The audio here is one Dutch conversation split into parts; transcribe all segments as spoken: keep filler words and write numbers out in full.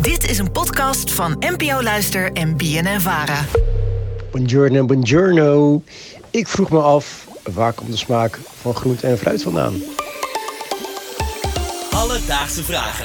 Dit is een podcast van N P O Luister en B N N Vara. Buongiorno, buongiorno. Ik vroeg me af, waar komt de smaak van groente en fruit vandaan? Alledaagse vragen.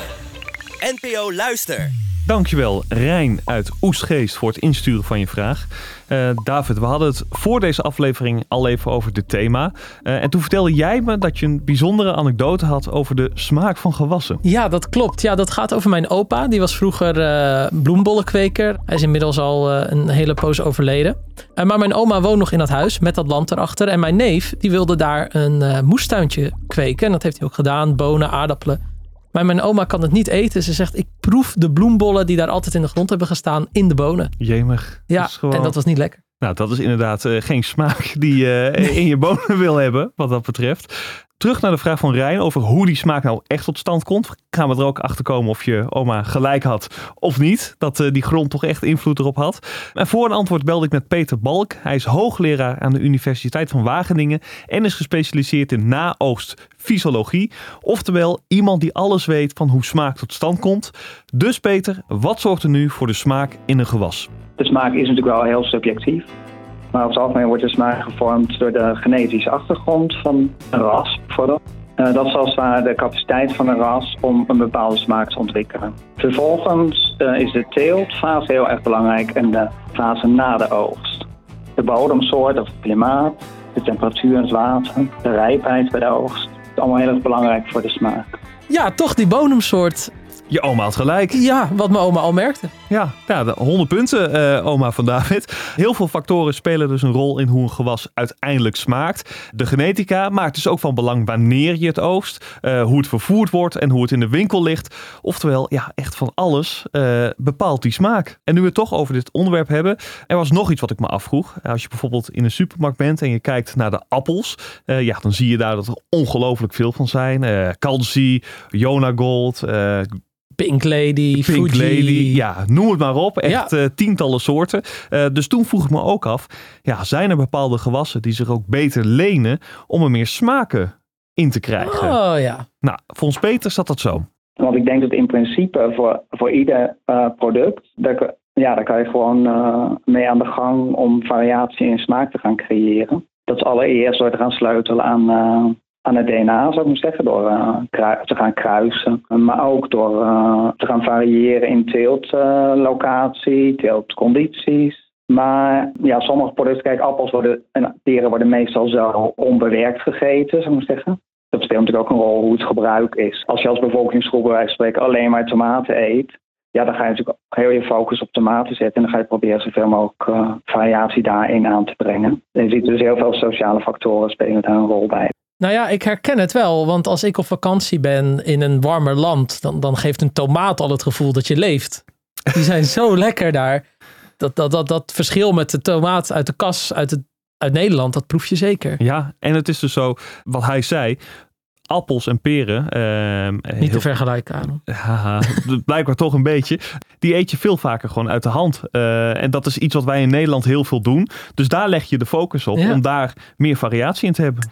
N P O Luister. Dankjewel, Rijn uit Oestgeest, voor het insturen van je vraag. Uh, David, we hadden het voor deze aflevering al even over dit thema. Uh, en toen vertelde jij me dat je een bijzondere anekdote had over de smaak van gewassen. Ja, dat klopt. Ja, dat gaat over mijn opa. Die was vroeger uh, bloembollenkweker. Hij is inmiddels al uh, een hele poos overleden. Uh, maar mijn oma woont nog in dat huis met dat land erachter. En mijn neef die wilde daar een uh, moestuintje kweken. En dat heeft hij ook gedaan. Bonen, aardappelen. Maar mijn oma kan het niet eten. Ze zegt, ik proef de bloembollen die daar altijd in de grond hebben gestaan in de bonen. Jemig. Ja, dat gewoon... en dat was niet lekker. Nou, dat is inderdaad uh, geen smaak die je uh, nee. in je bonen wil hebben, wat dat betreft. Terug naar de vraag van Rijn over hoe die smaak nou echt tot stand komt. Gaan we er ook achter komen of je oma gelijk had of niet. Dat uh, die grond toch echt invloed erop had. En voor een antwoord belde ik met Peter Balk. Hij is hoogleraar aan de Universiteit van Wageningen en is gespecialiseerd in naoogst fysiologie. Oftewel iemand die alles weet van hoe smaak tot stand komt. Dus Peter, wat zorgt er nu voor de smaak in een gewas? De smaak is natuurlijk wel heel subjectief. Maar over het algemeen wordt de smaak gevormd door de genetische achtergrond van een ras bijvoorbeeld. Uh, dat is als het ware de capaciteit van een ras om een bepaalde smaak te ontwikkelen. Vervolgens uh, is de teeltfase heel erg belangrijk en de fase na de oogst. De bodemsoort of het klimaat, de temperatuur en het water, de rijpheid bij de oogst. Dat is allemaal heel erg belangrijk voor de smaak. Ja, toch die bodemsoort. Je oma had gelijk. Ja, wat mijn oma al merkte. Ja, ja de honderd punten, uh, oma van David. Heel veel factoren spelen dus een rol in hoe een gewas uiteindelijk smaakt. De genetica, maar het is ook van belang wanneer je het oogst, uh, hoe het vervoerd wordt en hoe het in de winkel ligt. Oftewel, ja, echt van alles uh, bepaalt die smaak. En nu we het toch over dit onderwerp hebben, er was nog iets wat ik me afvroeg. Als je bijvoorbeeld in een supermarkt bent en je kijkt naar de appels, uh, ja, dan zie je daar dat er ongelooflijk veel van zijn. Uh, Kalsi, Jonagold, uh, Pink Lady, Pink Fuji. Lady, ja, noem het maar op. Echt ja. uh, tientallen soorten. Uh, dus toen vroeg ik me ook af, ja, zijn er bepaalde gewassen die zich ook beter lenen om er meer smaken in te krijgen? Oh ja. Nou, volgens Peter zat dat zo. Want ik denk dat in principe voor, voor ieder uh, product, daar, ja, daar kan je gewoon uh, mee aan de gang om variatie in smaak te gaan creëren. Dat is allereerst door te gaan sleutelen aan... Uh, aan het D N A, zou ik maar zeggen, door uh, kru- te gaan kruisen. Maar ook door uh, te gaan variëren in teeltlocatie, uh, teeltcondities. Maar ja, sommige producten, kijk, appels worden, en peren worden meestal zo onbewerkt gegeten, zou ik maar zeggen. Dat speelt natuurlijk ook een rol hoe het gebruik is. Als je als bevolkingsgroep bij wijze van spreken alleen maar tomaten eet, ja, dan ga je natuurlijk heel je focus op tomaten zetten en dan ga je proberen zoveel mogelijk uh, variatie daarin aan te brengen. En je ziet dus heel veel sociale factoren spelen daar een rol bij. Nou ja, ik herken het wel. Want als ik op vakantie ben in een warmer land, dan, dan geeft een tomaat al het gevoel dat je leeft. Die zijn zo lekker daar. Dat, dat, dat, dat verschil met de tomaat uit de kas uit, het, uit Nederland, dat proef je zeker. Ja, en het is dus zo, wat hij zei, appels en peren. Uh, Niet heel, te vergelijken, Aaron. Haha, blijkbaar toch een beetje. Die eet je veel vaker gewoon uit de hand. Uh, en dat is iets wat wij in Nederland heel veel doen. Dus daar leg je de focus op, ja. om daar meer variatie in te hebben.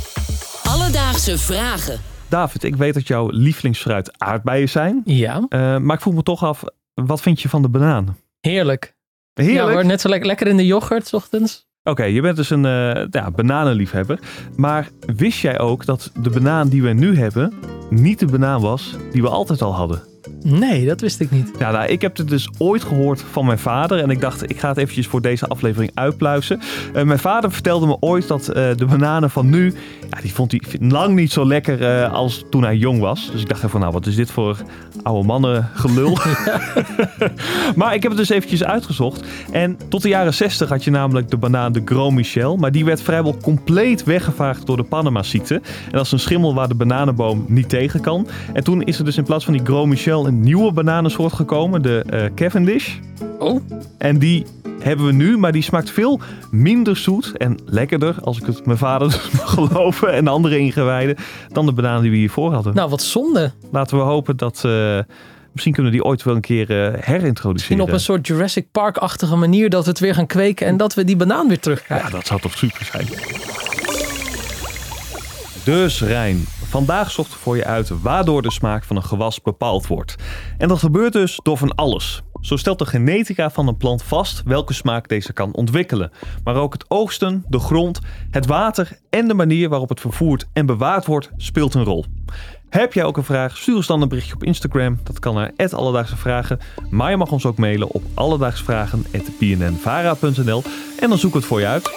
Alledaagse vragen. David, ik weet dat jouw lievelingsfruit aardbeien zijn. Ja. Uh, maar ik vroeg me toch af, wat vind je van de banaan? Heerlijk. Heerlijk? Ja hoor, net zo le- lekker in de yoghurt 's ochtends. Oké, okay, je bent dus een uh, ja, bananenliefhebber. Maar wist jij ook dat de banaan die we nu hebben niet de banaan was die we altijd al hadden? Nee, dat wist ik niet. Ja, nou, ik heb het dus ooit gehoord van mijn vader. En ik dacht, ik ga het eventjes voor deze aflevering uitpluizen. Uh, mijn vader vertelde me ooit dat uh, de bananen van nu... Ja, die vond hij lang niet zo lekker uh, als toen hij jong was. Dus ik dacht even, nou, wat is dit voor oude mannen gelul? Maar ik heb het dus eventjes uitgezocht. En tot de jaren zestig had je namelijk de banaan de Gros Michel. Maar die werd vrijwel compleet weggevaagd door de Panama-ziekte. En dat is een schimmel waar de bananenboom niet tegen kan. En toen is er dus in plaats van die Gros Michel een nieuwe bananensoort gekomen, de uh, Cavendish. Oh. En die hebben we nu, maar die smaakt veel minder zoet en lekkerder, als ik het mijn vader dus mag geloven en andere ingewijden, dan de bananen die we hiervoor hadden. Nou, wat zonde. Laten we hopen dat... Uh, misschien kunnen we die ooit wel een keer uh, herintroduceren. Misschien op een soort Jurassic Park-achtige manier dat we het weer gaan kweken en dat we die banaan weer terugkrijgen. Ja, dat zou toch super zijn. Dus Rijn, Vandaag zocht ik voor je uit waardoor de smaak van een gewas bepaald wordt. En dat gebeurt dus door van alles. Zo stelt de genetica van een plant vast welke smaak deze kan ontwikkelen. Maar ook het oogsten, de grond, het water en de manier waarop het vervoerd en bewaard wordt speelt een rol. Heb jij ook een vraag? Stuur ons dan een berichtje op Instagram. Dat kan naar at Alledaagse Vragen. Maar je mag ons ook mailen op alledaagsvragen at b n n vara punt n l en dan zoek het voor je uit.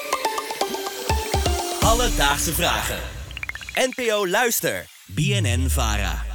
Alledaagse Vragen. N P O Luister. B N N Vara.